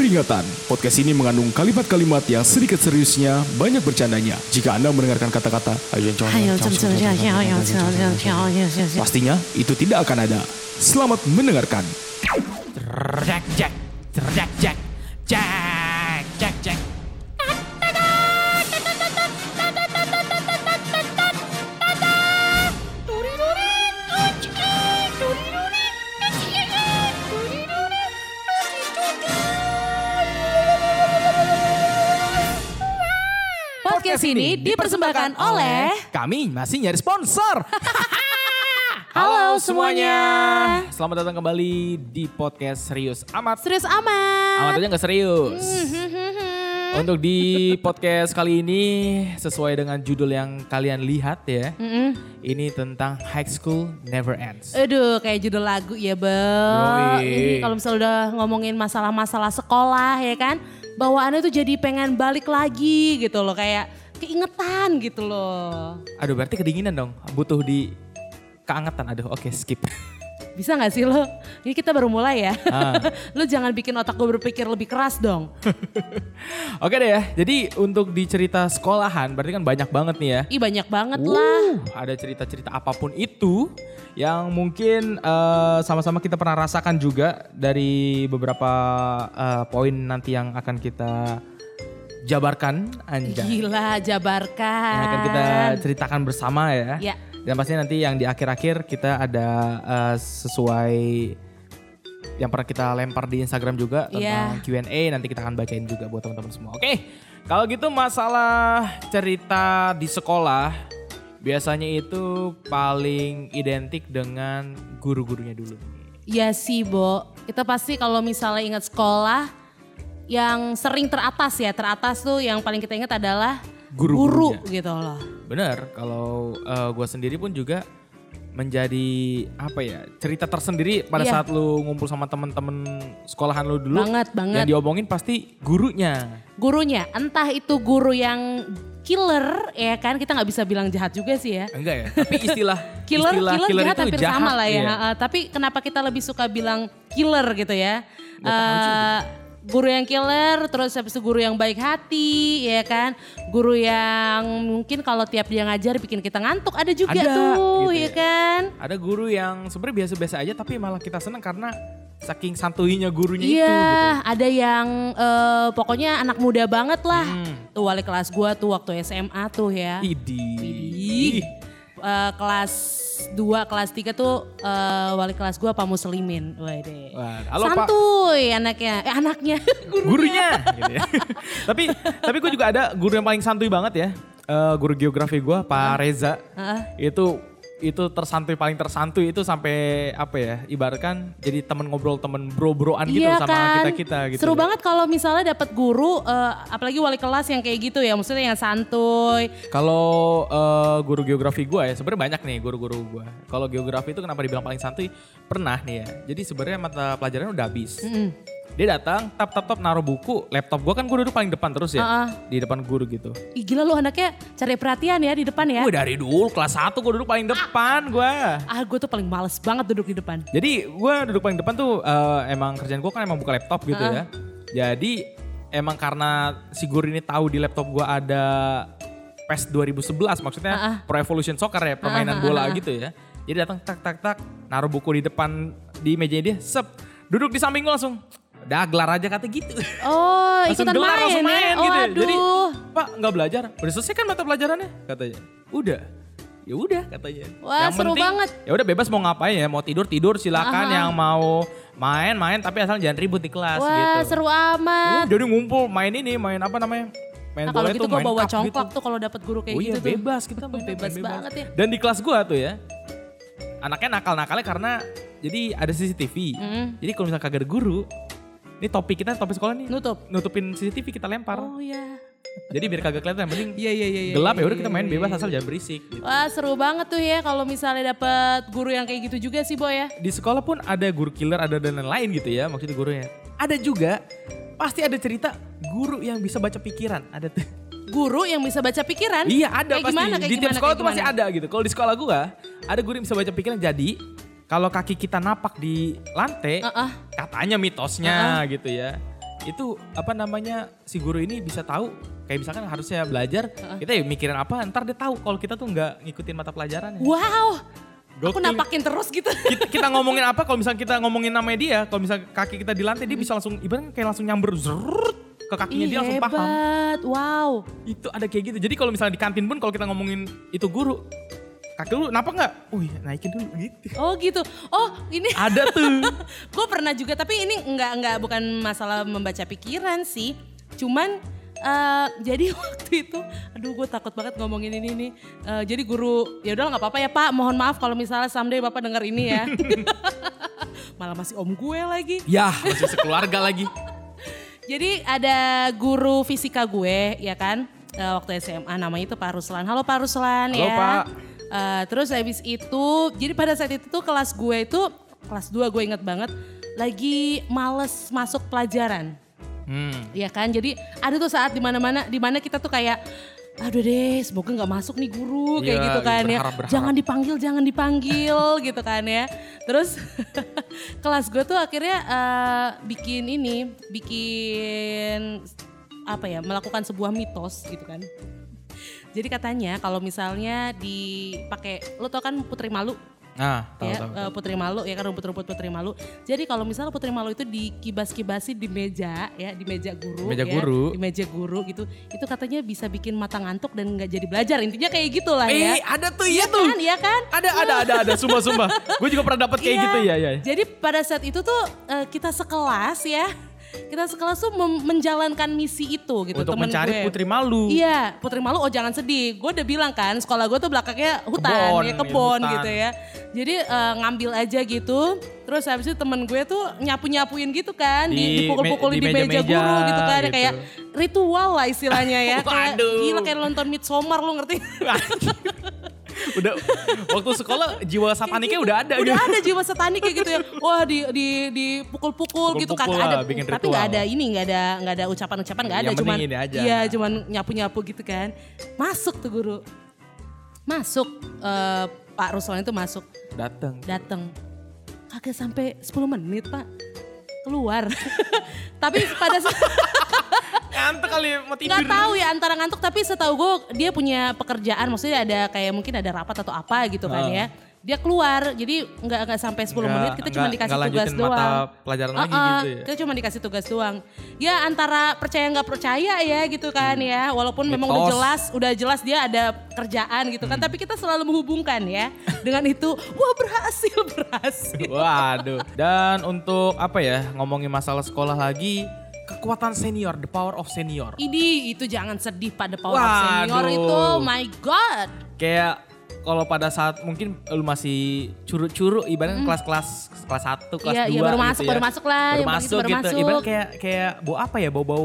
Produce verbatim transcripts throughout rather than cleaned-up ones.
Peringatan, podcast ini mengandung kalimat-kalimat yang sedikit seriusnya, banyak bercandanya. Jika Anda mendengarkan kata-kata pastinya itu tidak akan ada. Selamat mendengarkan. Jack, Jack, Jack, Jack, Jack, Jack, Jack. Podcast ini dipersembahkan oleh kami masih nyari sponsor. Halo semuanya. Selamat datang kembali di podcast Serius Amat. Serius amat. Amat aja gak serius. Untuk di podcast kali ini sesuai dengan judul yang kalian lihat ya. Mm-mm. Ini tentang High School Never Ends. Aduh kayak judul lagu ya Bel. Ini kalau misalnya udah ngomongin masalah-masalah sekolah ya kan. Bawaannya tuh jadi pengen balik lagi gitu loh. Kayak keingetan gitu loh. Aduh berarti kedinginan dong. Butuh di keangetan. Aduh oke skip. Bisa gak sih lo? Ini kita baru mulai ya. Ah. Lo jangan bikin otak gue berpikir lebih keras dong. Oke deh ya. Jadi untuk di cerita sekolahan berarti kan banyak banget nih ya. Ih banyak banget uh, lah. Ada cerita-cerita apapun itu yang mungkin uh, sama-sama kita pernah rasakan juga dari beberapa uh, poin nanti yang akan kita jabarkan. Anjay. Gila jabarkan. Yang akan kita ceritakan bersama ya. Ya. Dan pasti nanti yang di akhir-akhir kita ada uh, sesuai yang pernah kita lempar di Instagram juga tentang yeah. Q and A. Nanti kita akan bacain juga buat teman-teman semua. Oke, kalau gitu masalah cerita di sekolah biasanya itu paling identik dengan guru-gurunya dulu. Iya sih Bo, kita pasti kalau misalnya ingat sekolah yang sering teratas ya, teratas tuh yang paling kita ingat adalah guru gitu loh. Bener, kalau uh, gue sendiri pun juga menjadi apa ya cerita tersendiri pada iya. saat lu ngumpul sama temen-temen sekolahan lu dulu. Banget banget. Yang diomongin pasti gurunya. Gurunya, entah itu guru yang killer ya kan, kita nggak bisa bilang jahat juga sih ya. Enggak ya, tapi istilah killer, istilah killer, killer jahat itu hampir jahat, sama lah ya. iya. Uh, tapi kenapa kita lebih suka bilang killer gitu ya? Gak tahu juga. Guru yang killer, terus habis itu guru yang baik hati, ya kan. Guru yang mungkin kalau tiap dia ngajar bikin kita ngantuk, ada juga ada, tuh, gitu ya ya kan. Ada guru yang sebenarnya biasa-biasa aja tapi malah kita seneng karena saking santuinya gurunya iya, itu. Iya, gitu. ada yang uh, pokoknya anak muda banget lah. Hmm. Tuh wali kelas gua tuh waktu S M A tuh ya. Idi. Uh, kelas dua, kelas tiga tuh uh, wali kelas gue Pak Muslimin. Waduh. Halo, santuy Pak. anaknya, eh anaknya. Gurunya. Gurunya. Gitu ya. tapi tapi gue juga ada guru yang paling santuy banget ya. Uh, guru geografi gue Pak uh. Reza. Uh. Itu itu tersantuy paling tersantuy itu sampai apa ya ibaratkan jadi temen ngobrol temen bro-broan gitu iya sama kan? kita-kita gitu. Seru banget kalau misalnya dapat guru uh, apalagi wali kelas yang kayak gitu ya, maksudnya yang santuy. Kalau uh, guru geografi gue ya sebenarnya banyak nih guru-guru gue. Kalau geografi itu kenapa dibilang paling santuy? Pernah nih ya. Jadi sebenarnya mata pelajaran udah habis. Mm-hmm. Dia datang, tap tap tap naruh buku, laptop gue kan gue duduk paling depan terus ya, uh-uh. di depan guru gitu. Ih gila lu anaknya cari perhatian ya di depan ya. Gue dari dulu kelas satu gue duduk paling depan gue. Ah gue tuh paling males banget duduk di depan. Jadi gue duduk paling depan tuh uh, emang kerjaan gue kan emang buka laptop gitu uh-uh. ya. Jadi emang karena si guru ini tahu di laptop gue ada P E S dua ribu sebelas maksudnya uh-uh. Pro Evolution Soccer ya, permainan uh-huh. bola gitu ya. Jadi datang tak tak tak naruh buku di depan di mejanya dia, sep duduk di samping gue langsung. Udah gelar aja kata gitu. Oh ikutan gelar, main langsung main ya? gitu. Oh, Jadi Pak gak belajar? Udah selesai kan mata pelajarannya? Katanya. Udah. Ya udah katanya. Wah yang seru penting, banget. Ya udah bebas mau ngapain ya, mau tidur tidur silakan. Aha. Yang mau main main tapi asal jangan ribut di kelas. Wah gitu. seru amat. Uh, jadi ngumpul main ini main apa namanya? Main nah bola kalau gitu itu gue main bawa cup congklak gitu. tuh kalau dapat guru kayak oh, gitu iya, tuh. bebas kita main, bebas, main, bebas banget ya. Dan di kelas gue tuh ya. Anaknya nakal-nakalnya karena jadi ada C C T V. Mm-hmm. Jadi kalau misalnya kagak ada guru, ini topik kita, topik sekolah nih. Nutup. Nutupin C C T V kita lempar. Oh iya. Jadi biar kagak kelihatan, yang penting iya, iya, iya, gelap iya, ya udah kita main iya, bebas iya. asal jangan berisik. Gitu. Wah seru banget tuh ya kalau misalnya dapet guru yang kayak gitu juga sih Boy ya. Di sekolah pun ada guru killer, ada dan lain-lain gitu ya maksudnya gurunya. Ada juga pasti ada cerita guru yang bisa baca pikiran, ada tuh. Guru yang bisa baca pikiran? Iya ada kayak pasti. Gimana, kayak di tiap gimana, sekolah kayak tuh masih gimana? ada gitu. Kalau di sekolah gua ada guru yang bisa baca pikiran. Jadi kalau kaki kita napak di lantai, uh-uh. katanya mitosnya uh-uh. gitu ya. itu apa namanya si guru ini bisa tahu kayak misalkan harusnya belajar, uh-uh. kita ya mikirin apa, ntar dia tahu kalau kita tuh nggak ngikutin mata pelajarannya. Wow, Gokil. Aku nampakin terus gitu. Kita, kita ngomongin apa kalau misalnya kita ngomongin namanya dia, kalau misalnya kaki kita di lantai dia bisa langsung ibaratnya kayak langsung nyamber zrrrt, ke kakinya. Ih, dia langsung paham. Hebat, wow. Itu ada kayak gitu. Jadi kalau misalnya di kantin pun kalau kita ngomongin itu guru, kaki lu kenapa nggak? Oh iya naikin dulu gitu. Oh gitu. Oh ini. Ada tuh. Gue pernah juga tapi ini enggak enggak bukan masalah membaca pikiran sih. Cuman uh, jadi waktu itu, aduh gue takut banget ngomongin ini nih. Uh, jadi guru, ya udah nggak apa-apa ya Pak. Mohon maaf kalau misalnya someday Bapak dengar ini ya. Malah masih om gue lagi. Ya masih sekeluarga lagi. Jadi ada guru fisika gue ya kan. Uh, waktu S M A namanya itu Pak Ruslan. Halo Pak Ruslan. Halo ya. Pak. Uh, terus habis itu, jadi pada saat itu tuh kelas gue itu, kelas dua gue inget banget, lagi males masuk pelajaran. Hmm. Ya kan, jadi ada tuh saat dimana-mana, dimana kita tuh kayak, aduh deh semoga gak masuk nih guru, kayak ya, gitu kan berharap, ya. berharap. Jangan dipanggil, jangan dipanggil gitu kan ya. Terus kelas gue tuh akhirnya uh, bikin ini, bikin apa ya, melakukan sebuah mitos gitu kan. Jadi katanya kalau misalnya dipakai, lo tau kan Putri Malu? Nah, tahu, ya, tahu, tahu. Putri Malu ya kan rumput-rumput Putri Malu. Jadi kalau misalnya Putri Malu itu dikibas-kibasi di meja ya, di meja guru meja ya, guru. di meja guru gitu. Itu katanya bisa bikin mata ngantuk dan nggak jadi belajar. Intinya kayak gitulah eh, ya. Eh, ada tuh iya ya tuh. Kan, iya kan? Ada ada ada ada sumpah-sumpah. Gue juga pernah dapat kayak iya. gitu ya, ya. Jadi pada saat itu tuh uh, kita sekelas ya. Kita sekelas tuh mem- menjalankan misi itu gitu. Untuk temen mencari gue. Putri Malu. Iya, Putri Malu, oh jangan sedih. Gue udah bilang kan, sekolah gue tuh belakangnya hutan, Kebon, ya kebon ya, gitu ya. Jadi uh, ngambil aja gitu. Terus habis itu temen gue tuh nyapu-nyapuin gitu kan, Di, dipukul-pukulin di di, meja, meja-meja guru gitu kan. gitu. Kayak ritual lah istilahnya ya. Kayak Waduh. gila kayak nonton Midsommar lu ngerti? Udah waktu sekolah jiwa sataniknya udah ada Udah gitu. ada jiwa satanik kayak gitu ya. Wah di di dipukul-pukul gitu Pukul-pukul kagak ada. lah, bikin Tapi ritual. nggak ada ini, nggak ada nggak ada ucapan-ucapan nggak ada. Yang Cuman penting ini aja. iya cuman nyapu-nyapu gitu kan. Masuk tuh guru. Masuk uh, Pak Ruslan itu masuk. Datang. Datang. Kagak sampai sepuluh menit Pak. Keluar. Tapi pada saat Ngantuk kali mau tidur. nggak tahu ya antara ngantuk tapi setahu gue dia punya pekerjaan maksudnya ada kayak mungkin ada rapat atau apa gitu kan Oh. ya. Dia keluar jadi nggak nggak sampai sepuluh menit kita cuma dikasih nggak tugas lanjutin doang. mata pelajaran lagi Uh-uh, gitu ya. Kita cuma dikasih tugas doang. Ya antara percaya nggak percaya ya gitu kan Hmm. ya. Walaupun memang udah Mitos. jelas, udah jelas dia ada kerjaan gitu kan. Hmm. Tapi kita selalu menghubungkan ya dengan itu. Wah berhasil berhasil. Waduh. Dan untuk apa ya ngomongin masalah sekolah lagi. Kekuatan senior, the power of senior. Ini itu jangan sedih pada power of senior Waduh. itu. My God. Kayak kalau pada saat mungkin lu masih curu-curu ibaratnya kelas-kelas kelas satu, kelas Iya, dua iya, baru gitu masuk, ya. baru masuk lah, Baru yang masuk begitu baru gitu. masuk. Ibarat kayak kayak bau apa ya? Bau-bau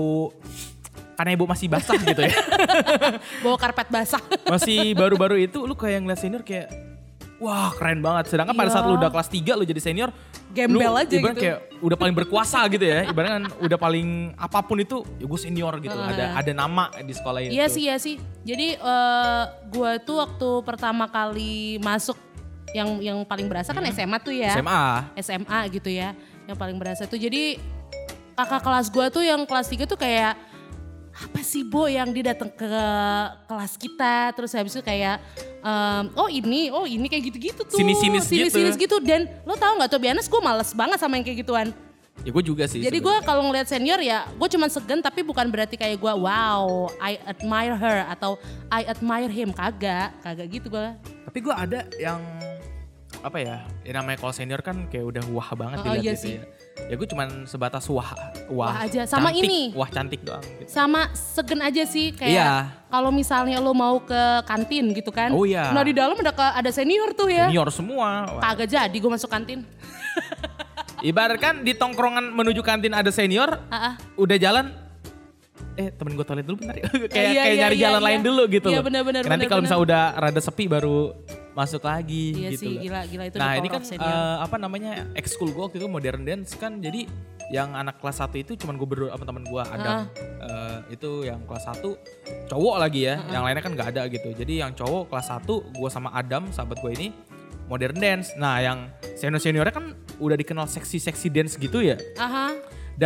karena ibu masih basah gitu ya. Bawa karpet basah. Masih baru-baru itu lu kayak ngeliat senior kayak wah keren banget. Sedangkan pada Iya. saat lu udah kelas tiga lu jadi senior. Gembel lu aja ibarat gitu. kayak udah paling berkuasa gitu ya. Ibaratnya kan udah paling apapun itu ya gue senior gitu. Uh. Ada ada nama di sekolah itu. Iya sih, iya sih. Jadi uh, gue tuh waktu pertama kali masuk yang yang paling berasa kan S M A tuh ya. S M A. S M A gitu ya. Yang paling berasa tuh jadi kakak kelas gue tuh yang kelas tiga tuh kayak apa sih Bo yang dia datang ke kelas kita terus habis itu kayak um, oh ini oh ini kayak gitu-gitu tuh Sinis-sinis gitu. sinis gitu dan lo tau nggak tuh biasanya gue males banget sama yang kayak gituan. Ya gue juga sih. Jadi gue kalau ngeliat senior ya gue cuman segen tapi bukan berarti kayak gue wow I admire her atau I admire him, kagak kagak gitu gue. Tapi gue ada yang apa ya, ya namanya kalau senior kan kayak udah wah banget Oh, dilihat iya gitu sih. ya. Ya gue cuman sebatas wah, wah, Wah aja. Sama cantik, ini. wah cantik doang gitu. Sama segen aja sih kayak Iya. kalau misalnya lo mau ke kantin gitu kan. Oh iya. Nah di dalam ada ke- ada senior tuh ya. Senior semua. Wah. Kagak jadi gue masuk kantin. Ibarat kan di tongkrongan menuju kantin ada senior, Ah, ah. udah jalan, eh temen gue toilet dulu bentar ya. kayak Iya, kayak iya, nyari iya, jalan iya. lain dulu gitu Iya, loh. benar, benar, Nanti benar, kalau benar. misalnya udah rada sepi baru masuk lagi Iya gitu sih, loh. gila, gila, itu Nah the ini power kan of senior. eh, apa namanya ekskul gue waktu itu modern dance kan, jadi yang anak kelas satu itu cuman gue berdua sama teman gue Adam. Eh, itu yang kelas satu cowok lagi ya, yang lainnya kan nggak ada gitu. Jadi yang cowok kelas satu gue sama Adam sahabat gue ini modern dance. Nah yang senior seniornya kan udah dikenal seksi seksi dance gitu ya. Aha. Dan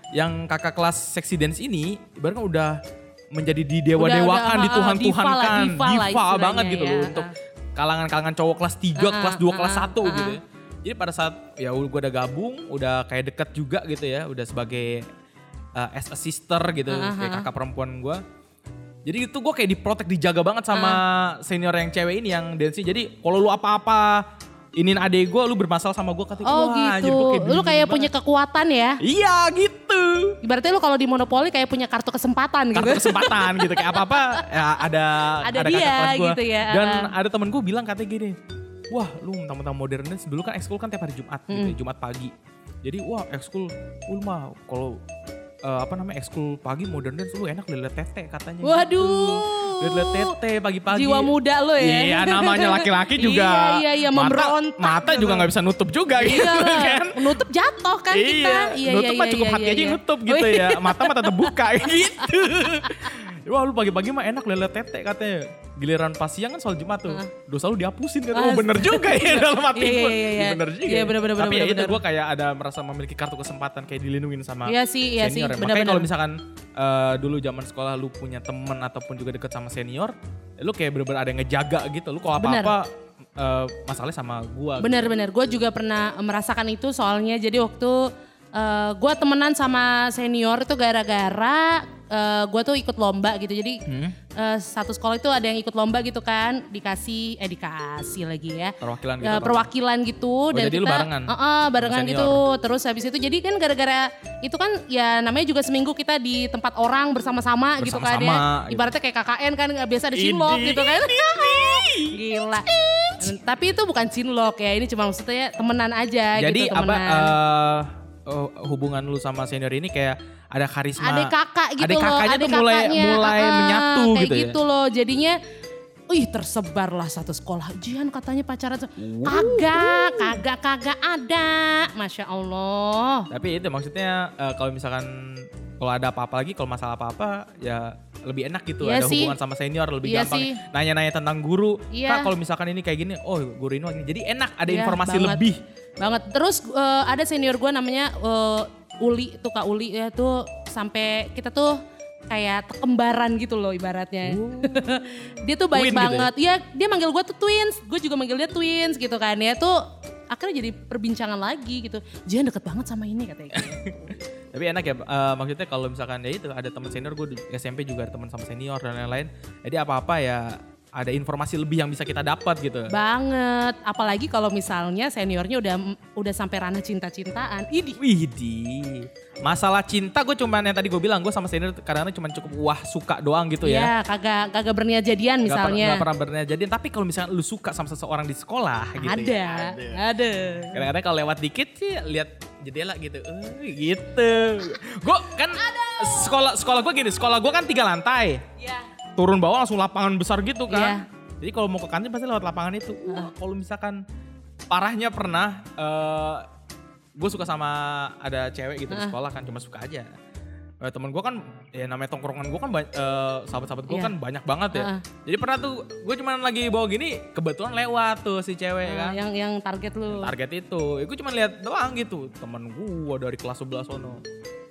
yang kakak kelas Sexy Dance ini ibaratnya udah menjadi didewa-dewakan, dituhan-tuhankan, diva, diva, diva banget gitu ya. Loh untuk kalangan-kalangan cowok kelas tiga, uh, kelas dua, uh, kelas satu uh, gitu ya. Jadi pada saat ya gue udah gabung, udah kayak deket juga gitu ya, udah sebagai uh, as a sister gitu, uh, kayak kakak perempuan gue. Jadi itu gue kayak diprotek, dijaga banget sama uh. senior yang cewek ini yang dance. Jadi kalau lu apa-apa inin adek gue, lu bermasalah sama gue katanya. Oh wah, gitu, kayak lu kayak punya kekuatan ya? Iya gitu. Ibaratnya lu kalau di monopoli kayak punya kartu kesempatan gitu. Kartu kesempatan gitu, kayak apa-apa ya ada ada, ada dia gua. gitu ya. Dan ada temen gue bilang katanya gini, wah lu mentang-mentang modern dance, dulu kan ekskul kan tiap hari Jumat mm. gitu ya, Jumat pagi. Jadi wah ekskul, lu mah kalau uh, apa namanya ekskul pagi modern dance lu enak liat tete katanya. Waduh. Gitu. Liat tete pagi-pagi. Jiwa muda lo ya. Iya namanya laki-laki juga. iya iya iya memberontak. Mata, mata juga gak bisa nutup juga iya, gitu kan. Nutup jatuh kan iya, kita. Iya, nutup iya, mah iya, cukup iya, hati iya, aja iya. nutup gitu oh, iya. ya. Mata mah tetap buka gitu. Wah lu pagi-pagi mah enak liat tete katanya. Giliran pas siang kan soal Jumat tuh. Uh. Dosa lu dihapusin kan. Oh bener juga ya dalam hati gue. Iya, iya, iya. Bener juga. Iya bener bener. Tapi bener, ya bener. itu gue kayak ada merasa memiliki kartu kesempatan kayak dilindungin sama iya sih, iya senior. Sih, Makanya kalau misalkan uh, dulu zaman sekolah lu punya temen ataupun juga deket sama senior. Lu kayak bener-bener ada yang ngejaga gitu. Lu kalau apa-apa uh, masalahnya sama gue. Bener-bener. Gue juga pernah merasakan itu soalnya. Jadi waktu uh, gue temenan sama senior itu gara-gara uh, gue tuh ikut lomba gitu. Jadi hmm? uh, satu sekolah itu ada yang ikut lomba gitu kan. Dikasih, eh dikasih lagi ya. Perwakilan gitu. Uh, perwakilan gitu. Oh, dan jadi kita, lu barengan? Uh, uh, barengan gitu. Terus habis itu jadi kan gara-gara itu kan ya namanya juga seminggu kita di tempat orang bersama-sama, bersama-sama gitu kan ya. Ibaratnya kayak K K N kan biasa ada cinlok gitu kan. Gila. Tapi itu bukan cinlok ya, ini cuma maksudnya temenan aja jadi gitu. Jadi apa uh, uh, hubungan lu sama senior ini kayak ada karisma. Ada kakak gitu loh. Ada tuh mulai, mulai uh, menyatu kayak gitu ya. gitu loh jadinya. Wih tersebarlah satu sekolah. Jihan katanya pacaran. Wow. Kagak, kagak, kagak ada. Masya Allah. Tapi itu maksudnya uh, kalau misalkan kalau ada apa-apa lagi, kalau masalah apa-apa ya lebih enak gitu. Iya ada sih. hubungan sama senior lebih Iya gampang. Sih. Nanya-nanya tentang guru. Iya. Kak kalau misalkan ini kayak gini, oh guru ini gini. Jadi enak ada iya, informasi banget. lebih. Banget. Terus uh, ada senior gue namanya uh, Uli tuh Kak Uli ya tuh sampai kita tuh kayak kembaran gitu loh ibaratnya. Oh. Dia tuh baik Twin banget. Gitu ya? Ya dia manggil gue tuh twins, gue juga manggil dia twins gitu kan. Ya tuh akhirnya jadi perbincangan lagi gitu. Jihan deket banget sama ini katanya gitu. Tapi enak ya, uh, maksudnya kalau misalkan ya itu ada teman senior, gue di S M P juga ada teman sama senior dan lain-lain. Jadi apa-apa ya ada informasi lebih yang bisa kita dapat gitu. Banget, apalagi kalau misalnya seniornya udah udah sampai ranah cinta-cintaan. Idi. Widi. Masalah cinta gue cuman yang tadi gue bilang, gue sama senior kadang-kadang cuma cukup wah suka doang gitu ya. Iya, kagak kagak berniat jadian misalnya. Gak, gak pernah berniat jadian, tapi kalau misalnya lu suka sama seseorang di sekolah gitu ada, ya. Ada, ada. Kadang-kadang kalau lewat dikit sih lihat jendela gitu. Uh, gitu. Gue kan ada. sekolah sekolah gue gini, sekolah gue kan tiga lantai. Iya. Turun bawah langsung lapangan besar gitu kan. Yeah. Jadi kalau mau ke kantin pasti lewat lapangan itu. Wah, kalau misalkan parahnya pernah uh, gue suka sama ada cewek gitu uh. di sekolah kan, cuma suka aja. Uh, temen gue kan ya namanya tongkrongan gue kan uh, sahabat-sahabat gue yeah. kan banyak banget ya. Uh. Jadi pernah tuh gue cuma lagi bawa gini kebetulan lewat tuh si cewek uh, kan. Yang yang target lu. Target itu. Ya, gue cuma lihat doang gitu. Temen gue dari kelas sebelah sono.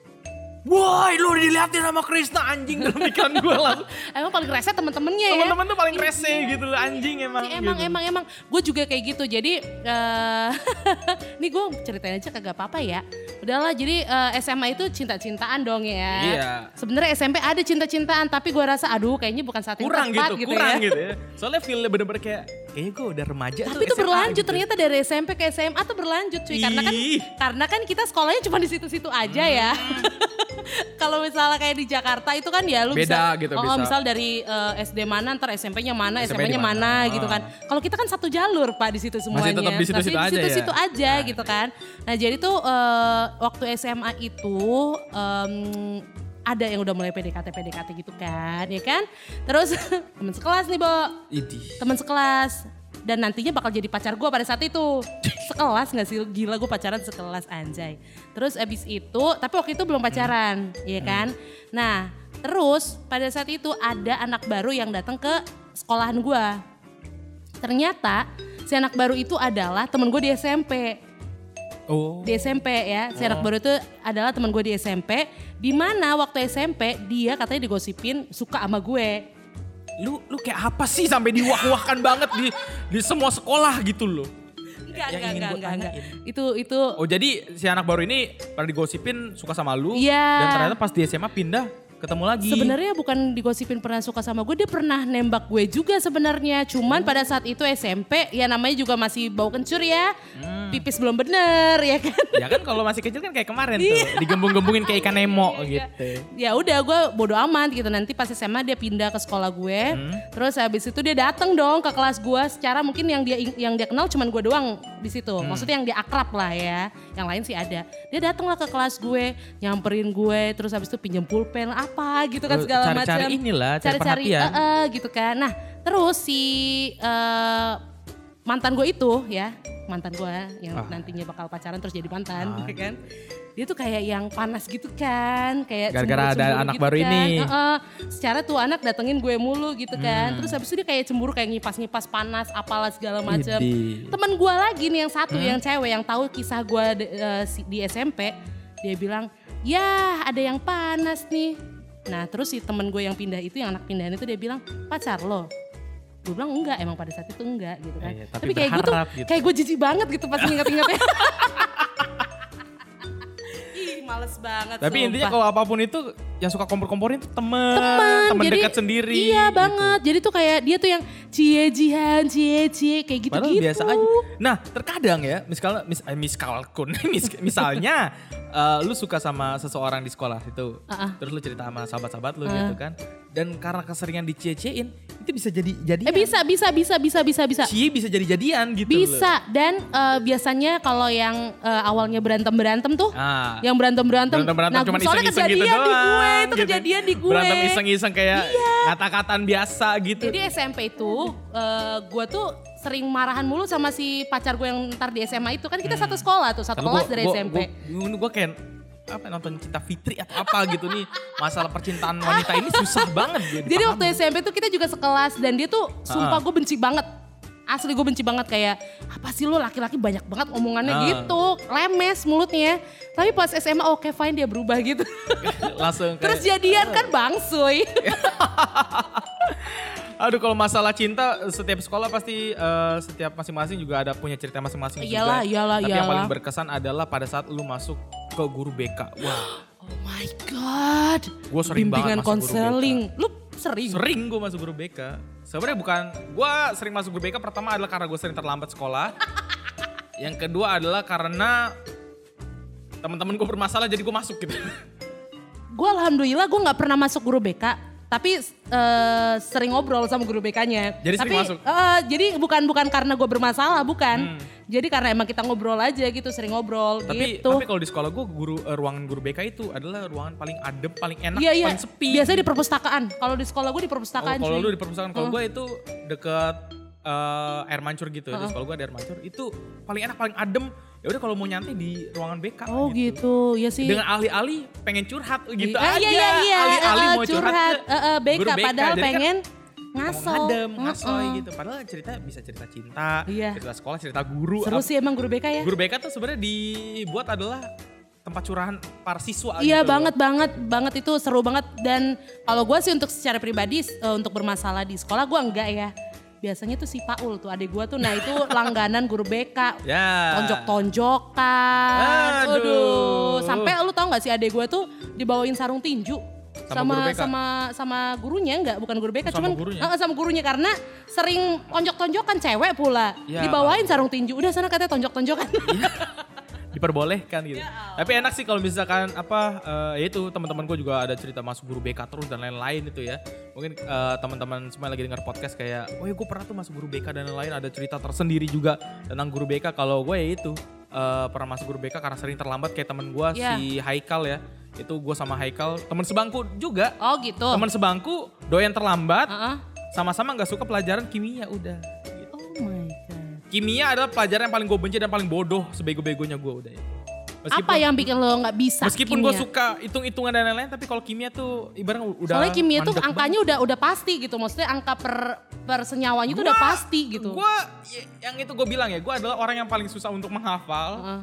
Woi lu diliatin sama Krisna anjing dalam pikiran gue langsung. Emang paling rese temen-temennya ya. Temen-temen tuh paling rese gitu loh anjing emang. Si, emang gitu. emang emang gue juga kayak gitu jadi uh, nih gue ceritain aja kagak apa-apa ya. Udahlah jadi uh, S M A itu cinta-cintaan dong ya. Iya. Sebenarnya S M P ada cinta-cintaan tapi gue rasa aduh kayaknya bukan saat yang kurang tepat gitu, gitu kurang ya. gitu ya. Soalnya feelnya bener-bener kayak kayaknya gue udah remaja tapi tuh. Tapi itu berlanjut gitu. Ternyata dari S M P ke S M A tuh berlanjut cuy. Karena kan karena kan kita sekolahnya cuma di situ-situ aja hmm. ya. Kalau misalnya kayak di Jakarta itu kan ya lu beda bisa, gitu oh, bisa. misal dari uh, S D mana ntar S M P-nya mana, S M P-nya mana mana gitu kan. Kalau kita kan satu jalur Pak di situ semuanya. Masih tetap di situ-situ aja, situ-situ ya? aja nah, gitu kan. Nah jadi tuh uh, waktu S M A itu um, ada yang udah mulai P D K T P D K T gitu kan, ya kan. Terus teman sekelas nih Bo, teman sekelas. Dan nantinya bakal jadi pacar gue pada saat itu. Sekelas gak sih? Gila gue pacaran sekelas anjay. Terus abis itu, tapi waktu itu belum pacaran, hmm. ya kan. Nah terus pada saat itu ada anak baru yang datang ke sekolahan gue. Ternyata si anak baru itu adalah temen gue di S M P. Oh. Di S M P ya. Si anak baru itu adalah teman gue di S M P. Di mana waktu S M P dia katanya digosipin suka sama gue. Lu lu kayak apa sih sampai diwah-wahkan banget di di semua sekolah gitu loh. Enggak, Yang enggak, ingin enggak, gua enggak, enggak. tanyain. Itu, itu. Oh jadi si anak baru ini pernah digosipin suka sama lu. Iya. Dan ternyata pas di S M A pindah ketemu lagi. Sebenarnya bukan digosipin pernah suka sama gue, dia pernah nembak gue juga sebenarnya. Cuman pada saat itu S M P, ya namanya juga masih bau kencur ya. Hmm. Pipis belum bener ya kan. Ya kan kalau masih kecil kan kayak kemarin tuh, digembung-gembungin kayak ikan Nemo gitu. Ya udah gue bodo amat gitu. Nanti pas S M A dia pindah ke sekolah gue. Hmm. Terus habis itu dia datang dong ke kelas gue. Secara mungkin yang dia yang dia kenal cuman gue doang di situ. Hmm. Maksudnya yang dia akrab lah ya. Yang lain sih ada. Dia datang lah ke kelas gue, nyamperin gue, terus habis itu pinjem pulpen apa gitu kan segala macam. Cari-cari inilah, cari cari-cari perhatian. uh, uh, gitu kan. Nah, terus si uh, mantan gue itu ya, mantan gue yang ah. nantinya bakal pacaran terus jadi mantan, ah. kan. Dia tuh kayak yang panas gitu kan, kayak gara-gara ada anak gitu baru kan. ini. Uh, uh, secara tuh anak datengin gue mulu gitu kan. Hmm. Terus habis itu dia kayak cemburu, kayak ngipas-ngipas panas, apalah segala macam. Temen gue lagi nih yang satu, hmm. yang cewek yang tahu kisah gue uh, di S M P, dia bilang, ya ada yang panas nih. Nah terus si temen gue yang pindah itu, yang anak pindahan itu dia bilang, pacar lo? Gue bilang enggak, emang pada saat itu enggak gitu kan. Eh, tapi, tapi kayak gue tuh, gitu. kayak gue jijik banget gitu pas inget-ingetnya. Ih males banget. Tapi sumpah. Intinya kalau apapun itu yang suka kompor-komporin itu temen, temen, temen jadi, dekat sendiri. Iya gitu. Banget, jadi tuh kayak dia tuh yang cie-jihan, cie-cie kayak gitu-gitu. Padahal biasa aja. Nah terkadang ya, misalnya, mis, eh, miskalkun, mis, misalnya uh, lu suka sama seseorang di sekolah itu. Uh-uh. Terus lu cerita sama sahabat-sahabat lu uh. gitu kan. Dan karena keseringan dicie-ciein, itu bisa jadi jadian. Eh bisa, bisa, bisa, bisa, bisa, bisa. Cie bisa jadi jadian gitu. Bisa, loh. Dan uh, biasanya kalau yang uh, awalnya berantem-berantem tuh, ah. yang berantem-berantem, berantem-berantem nah cuma soalnya iseng-iseng kejadian gitu di gue, doang, itu gitu. kejadian di gue. Berantem iseng-iseng kayak iya. kata-kataan biasa gitu. Jadi S M P itu, uh, gue tuh sering marahan mulu sama si pacar gue yang ntar di S M A itu. Kan kita hmm. satu sekolah tuh, satu kelas dari gua, S M P. Gue, gue kayak apa nonton Cinta Fitri atau apa gitu nih, masalah percintaan wanita ini susah banget. Jadi waktu S M P tuh kita juga sekelas dan dia tuh sumpah gue benci banget. Asli gue benci banget, kayak apa sih lo laki-laki banyak banget omongannya nah. gitu. Lemes mulutnya. Tapi pas S M A oke okay, fine dia berubah gitu. Langsung kayak, terus jadian kan bangsuy. Aduh kalau masalah cinta setiap sekolah pasti uh, setiap masing-masing juga ada punya cerita masing-masing iyalah, juga. Iyalah, Tapi iyalah. yang paling berkesan adalah pada saat lu masuk ke guru B K. Wah. Oh my god. Gue sering bimbingan banget masuk konseling. guru B K. Lu sering? Sering gue masuk guru B K. Sebenarnya bukan, gue sering masuk guru B K pertama adalah karena gue sering terlambat sekolah. Yang kedua adalah karena teman-teman gue bermasalah jadi gue masuk gitu. Gue alhamdulillah gue gak pernah masuk guru B K. Tapi uh, sering ngobrol sama guru B K-nya. Jadi tapi, sering masuk? Uh, jadi bukan bukan karena gue bermasalah, bukan. Hmm. Jadi karena emang kita ngobrol aja gitu, sering ngobrol tapi, gitu. Tapi kalau di sekolah gue, guru, uh, ruangan guru B K itu adalah ruangan paling adem, paling enak, iya, iya. paling sepi. Biasanya di perpustakaan. Kalau di sekolah gue di perpustakaan. Oh, kalau lu di perpustakaan, kalau uh. gue itu deket uh, air mancur gitu. Uh-uh. Di sekolah gue ada air mancur. Itu paling enak, paling adem. Ya udah kalau mau nyantai di ruangan B K. Oh gitu, gitu. Ya sih. Dengan ahli-ahli pengen curhat gitu I, aja. Iya iya iya. Ahli-ahli uh, mau curhat, curhat uh, uh, B K, guru B K. Padahal jadi pengen kan, ngaso. Ngadem, ngasoy uh-uh. gitu. Padahal cerita bisa cerita cinta, iya. cerita sekolah, cerita guru. Seru sih emang guru B K ya. Guru B K tuh sebenarnya dibuat adalah tempat curahan para siswa. Iya gitu banget loh. banget banget itu seru banget. Dan kalau gue sih untuk secara pribadi uh, untuk bermasalah di sekolah gue enggak ya. Biasanya tuh si Paul tuh adik gue tuh, nah itu langganan guru B K. Ya. Tonjok-tonjokan. Aduh. Aduh. Sampai lu tau gak sih adik gue tuh dibawain sarung tinju. Sama sama, sama sama gurunya, enggak bukan guru B K, sama cuman gurunya. Uh, sama gurunya karena sering tonjok-tonjokan cewek pula. Ya. Dibawain sarung tinju. Udah sana katanya tonjok-tonjokan. Ya. Diperbolehkan gitu. Ya, tapi enak sih kalau misalkan apa uh, ya itu teman-teman gue juga ada cerita masuk guru B K terus dan lain-lain itu ya. Mungkin uh, teman-teman semua lagi dengar podcast kayak, "Oh ya gue pernah tuh masuk guru B K dan lain-lain." Ada cerita tersendiri juga tentang guru B K. Kalau gue ya itu uh, pernah masuk guru B K karena sering terlambat kayak teman gue ya. Si Haikal ya. Itu gue sama Haikal, teman sebangku juga. Oh gitu. Teman sebangku doyan terlambat. Uh-uh. Sama-sama nggak suka pelajaran kimia udah. Gitu. Oh my god. Kimia adalah pelajaran yang paling gue benci dan paling bodoh sebego-begonya gue udah ya. Meskipun, apa yang bikin lo gak bisa meskipun gue suka hitung-hitungan dan lain-lain, tapi kalau kimia tuh ibaratnya udah soalnya kimia tuh angkanya udah udah pasti gitu. Maksudnya angka per, per senyawanya itu udah pasti gitu. Gue, yang itu gue bilang ya, gue adalah orang yang paling susah untuk menghafal. Uh.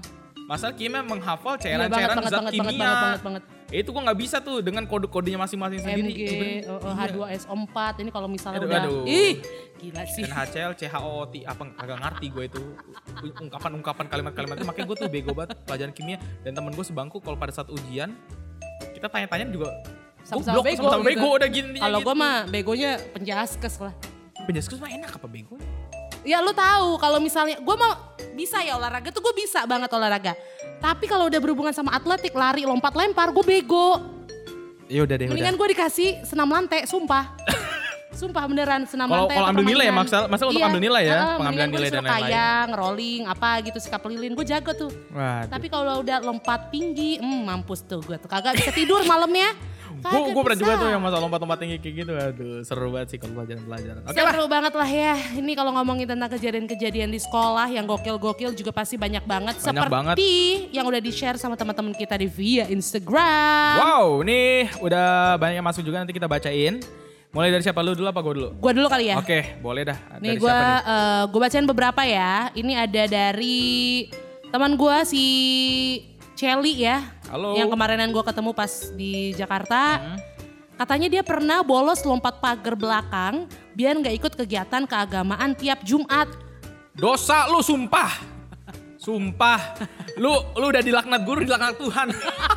Masalah kimia menghafal Iya, banget, cairan-cairan banget, zat banget, kimia. banget, banget, banget, banget. Itu gue nggak bisa tuh dengan kode-kodenya masing-masing sendiri. M G, uh, uh, H dua S O empat, ini kalau misalnya Aduh, udah, aduh. ih gila sih. N H C L, C H O, T, apa agak ngerti gue itu ungkapan-ungkapan kalimat-kalimat itu. Makanya gue tuh bego banget pelajaran kimia. Dan temen gue sebangku kalau pada saat ujian kita tanya-tanya juga Sama-sama goblok, bego, sama-sama gitu. bego udah gini. Kalau gitu. gue mah begonya penjaskes lah. Penjaskes mah enak apa bego? Ya lu tahu kalau misalnya gue mau bisa ya olahraga tuh gue bisa banget olahraga. Tapi kalau udah berhubungan sama atletik, lari, lompat, lempar, gue bego. Ya udah deh. Mendingan gue dikasih senam lantai, sumpah. Sumpah beneran senam Kalau lantai. kalau atau ambil nilai ya permainan. maksud maksud untuk Iya. ambil nilai ya, Uh, pengambilan mendingan gue nilai dan disuruh lain-lain. kayang, rolling, apa gitu, sikap lilin, gue jago tuh. Waduh. Tapi kalau udah lompat tinggi, hmm, mampus tuh gue tuh kagak bisa tidur malamnya. Gue gue pernah bisa. juga tuh yang masalah lompat-lompat tinggi kayak gitu. Aduh seru banget sih kalau pelajaran-pelajaran. Oke lah. Seru banget lah ya. Ini kalau ngomongin tentang kejadian-kejadian di sekolah yang gokil-gokil juga pasti banyak banget. Banyak Seperti banget. yang udah di-share sama teman-teman kita di via Instagram. Wow, ini udah banyak yang masuk juga, nanti kita bacain. Mulai dari siapa, lu dulu apa gue dulu? Gue dulu kali ya. Oke, boleh dah. Nih Dari gue siapa nih? uh, gue bacain beberapa ya. Ini ada dari teman gue si Celi ya. Halo. Yang kemarinan gue ketemu pas di Jakarta. Hmm. Katanya dia pernah bolos lompat pagar belakang biar nggak ikut kegiatan keagamaan tiap Jumat. Dosa lu sumpah. Sumpah. Lu lu udah dilaknat guru, dilaknat Tuhan.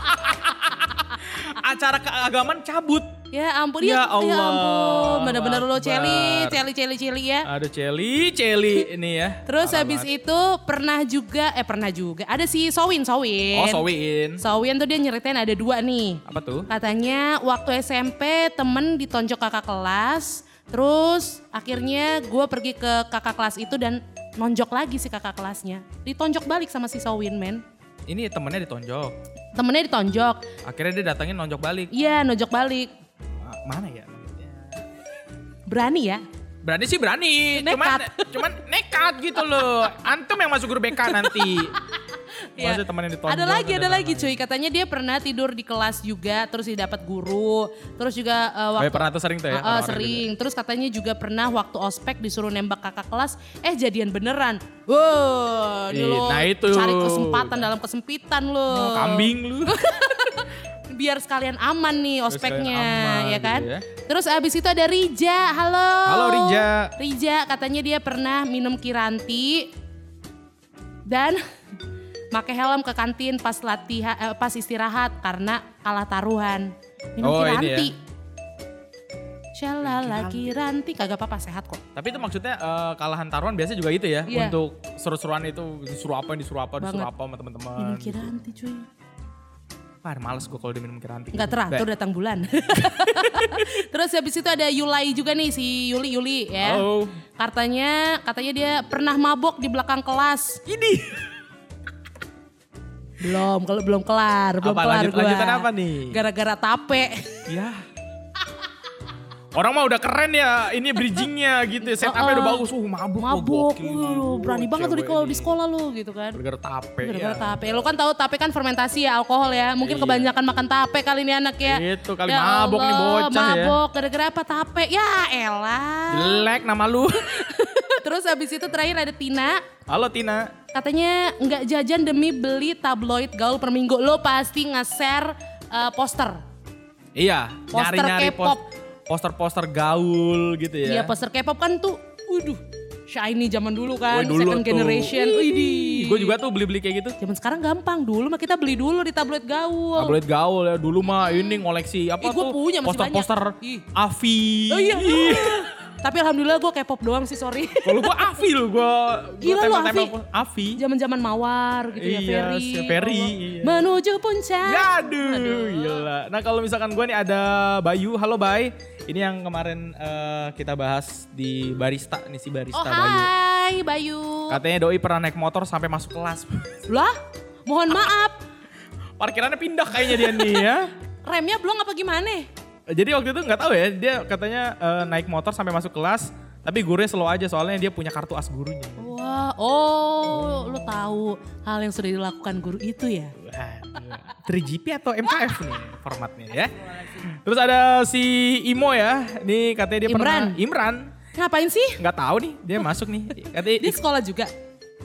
Acara keagamaan cabut. Ya ampun, Ya ya, Allah, ya ampun, bener-bener lo Akbar. celi, celi, celi, celi ya. Aduh Celi, Celi ini ya. Terus Parah habis banget. itu pernah juga, eh pernah juga, ada si Sowin, Sowin. Oh Sowin. Sowin tuh dia nyeritain ada dua nih. Apa tuh? Katanya waktu S M P temen ditonjok kakak kelas, terus akhirnya gue pergi ke kakak kelas itu dan nonjok lagi si kakak kelasnya. Ditonjok balik sama si Sowin men. Ini temennya ditonjok. Temennya ditonjok, Akhirnya dia datangin nonjok balik. iya nonjok balik. Ah, Mana ya? maksudnya? Berani ya? Berani sih berani, Nekat. cuman cuman nekat gitu loh. Antum yang masuk guru B K nanti. Ya. Maksudnya temen yang ditonjok. Ada lagi, dan ada lagi lain-lain. cuy. Katanya dia pernah tidur di kelas juga, terus dia dapat guru. Terus juga uh, Oh, waktu ya, pernah tuh sering tuh ya? Uh, uh, orang-orang sering. Terus katanya juga pernah waktu ospek disuruh nembak kakak kelas, eh jadian beneran. Wow, ini Ih, lo nah itu. cari kesempatan dalam kesempitan lo. Oh, kambing lu. Biar sekalian aman nih ospeknya, aman ya kan? gitu ya. Terus abis itu ada Rija, halo. Halo Rija. Rija katanya dia pernah minum Kiranti dan pakai helm ke kantin pas latihan, eh, pas istirahat karena kalah taruhan. Minum Oh, ini Kiranti. ya. Shalala Kiranti, kagak apa-apa sehat kok. Tapi itu maksudnya eh, kalahan taruhan biasa juga gitu ya. Iya. Untuk seru-seruan itu disuruh apa, disuruh apa, disuruh Banget. apa sama teman-teman. Minum gitu. Kiranti cuy. Ah, males gue kalau dia minum Kiranti. Nggak teratur datang bulan. Terus habis itu ada Yulai juga nih, si Yuli Yuli ya. Halo. Katanya katanya dia pernah mabok di belakang kelas. Ini. Belum, kalau belum kelar, belum Apa, kelar lanjut- gua. lanjutan apa nih? Gara-gara tape. Ya. Orang mah udah keren ya, ini bridgingnya gitu, setupnya udah bagus, uh mabuk, wah, Mabok, gokil. uh, berani Oh, banget tuh di cewek kalau ini. di sekolah lu gitu kan. Gara-gara tape Gara-gara ya. tape. Lu kan tahu tape kan fermentasi ya, alkohol ya. Mungkin Iya. kebanyakan makan tape kali ini anak ya. Itu kali Ya mabok nih Allah, bocah ya. Mabok gara-gara apa tape? Ya elah. Jelek nama lu. Terus habis itu terakhir ada Tina. Halo Tina. Katanya nggak jajan demi beli tabloid gaul per minggu. Lo pasti nge-share uh, poster. Iya, Poster nyari-nyari K-pop. pos- poster-poster gaul gitu ya. Iya poster K-pop kan tuh, waduh, shiny zaman dulu kan, Woi, dulu second tuh. generation. Widih. Gue juga tuh beli-beli kayak gitu. Zaman sekarang gampang, dulu mah kita beli dulu di tabloid gaul. Tabloid gaul ya, dulu mah ini ngoleksi apa Ih, gua tuh? punya, masih Poster-poster banyak. Ih. Avi. Oh iya. Tapi alhamdulillah gue K-pop doang sih, sorry. Kalau gue Avi loh, gue Gila lu, Avi. Avi. Zaman-zaman mawar gitu ya, Iya, Ferry. si Ferry, Ya Allah. iya. Menuju puncak. Yaduh, gila. Nah kalau misalkan gue nih ada Bayu, halo Bay. Ini yang kemarin eh, kita bahas di barista nih si barista Oh Bayu. hai Bayu. Katanya Doi pernah naik motor sampai masuk kelas. Lah, mohon maaf. Parkirannya pindah kayaknya dia nih ya. Remnya belum apa gimana? Jadi waktu itu nggak tahu ya, dia katanya eh, naik motor sampai masuk kelas, tapi gurunya slow aja soalnya dia punya kartu as gurunya. Wah, oh lu tahu hal yang sudah dilakukan guru itu ya? Wah, tiga G P atau M K F nih formatnya ya. Terus ada si Imo ya, nih katanya dia Imran. pernah Imran. Ngapain sih? Nggak tahu nih, dia masuk nih. Katanya Di sekolah juga?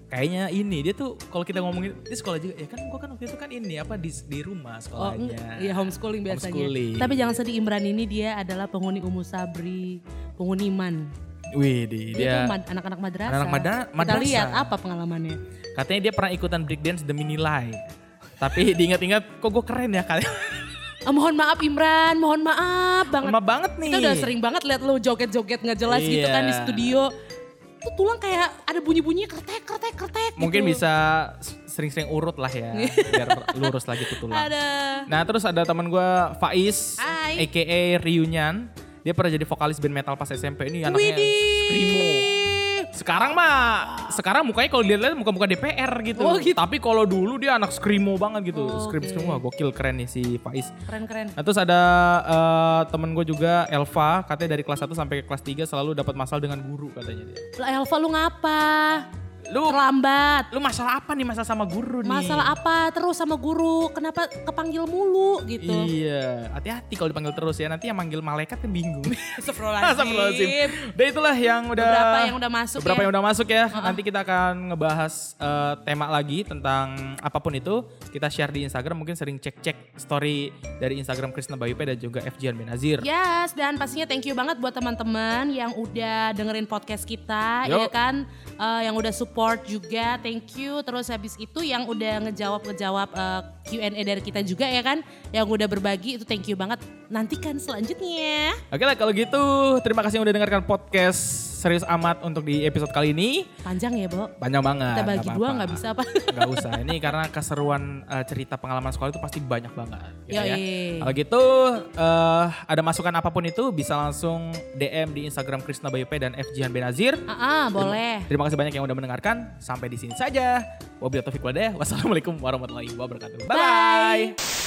kayaknya ini dia tuh kalau kita ngomongin di sekolah juga ya kan gue kan waktu itu kan ini apa di di rumah sekolahnya. Oh, iya homeschooling biasanya. Homeschooling. Tapi jangan sedih, Imran ini dia adalah penghuni Umu Sabri, penghuni Man. Wih, dia, dia tuh mad, anak-anak madrasah. Anak madra, madrasah. Kita lihat apa pengalamannya. Katanya dia pernah ikutan breakdance demi nilai. Tapi diingat-ingat kok gue keren ya kalian. Oh, mohon maaf Imran, mohon maaf banget. Maaf banget nih. Kita udah sering banget lihat lo joget-joget nggak jelas iya. gitu kan di studio. Tuh tulang kayak ada bunyi-bunyi kretek, kretek, kretek mungkin gitu. bisa sering-sering urut lah ya, biar lurus lagi tuh tulang. Ada. Nah terus ada teman gue Faiz, Hai. A K A Reunion. Dia pernah jadi vokalis band metal pas S M P. Ini anaknya Widih. screamo. Sekarang mah, sekarang mukanya kalau dilihat muka-muka D P R gitu. Oh, gitu. Tapi kalau dulu dia anak screamo banget gitu. Oh, Scream okay. screamo, wah gokil keren nih si Faiz. Keren-keren. Nah terus ada uh, temen gue juga Elva, katanya dari kelas satu sampai kelas tiga selalu dapat masalah dengan guru katanya dia. Lah Elva lu ngapa? Lu Terlambat. Lu masalah apa nih masalah sama guru nih? Masalah apa terus sama guru? Kenapa kepanggil mulu gitu? Iya, hati-hati kalau dipanggil terus ya. Nanti yang manggil malaikat kan bingung. Astagfirullahaladzim. Dan itulah yang udah Beberapa yang udah masuk beberapa ya. yang udah masuk ya. Uh-uh. Nanti kita akan ngebahas uh, tema lagi tentang apapun itu. Kita share di Instagram, mungkin sering cek-cek story dari Instagram Krisna Bayupe dan juga F J An Benazir. Yes, dan pastinya thank you banget buat teman-teman yang udah dengerin podcast kita, Yo. ya kan, uh, yang udah support juga, thank you. Terus habis itu yang udah ngejawab-ngejawab uh, Q and A dari kita juga ya kan, yang udah berbagi itu thank you banget. Nantikan selanjutnya. Oke lah kalau gitu, terima kasih yang udah dengarkan podcast Serius Amat untuk di episode kali ini. Panjang ya, Bo? Panjang banget. Kita bagi gak dua apa-apa. nggak bisa apa? Nggak usah, ini karena keseruan uh, cerita pengalaman sekolah itu pasti banyak banget. Gitu ya. Yoi. Kalau gitu uh, ada masukan apapun itu bisa langsung D M di Instagram Krisna Bayupe dan F J An Benazir. Ah, ah, boleh. Terima kasih banyak yang udah mendengarkan. Sampai di sini saja. Wabillahi taufiq walhidayah. Wassalamualaikum warahmatullahi wabarakatuh. Bye bye. Bye.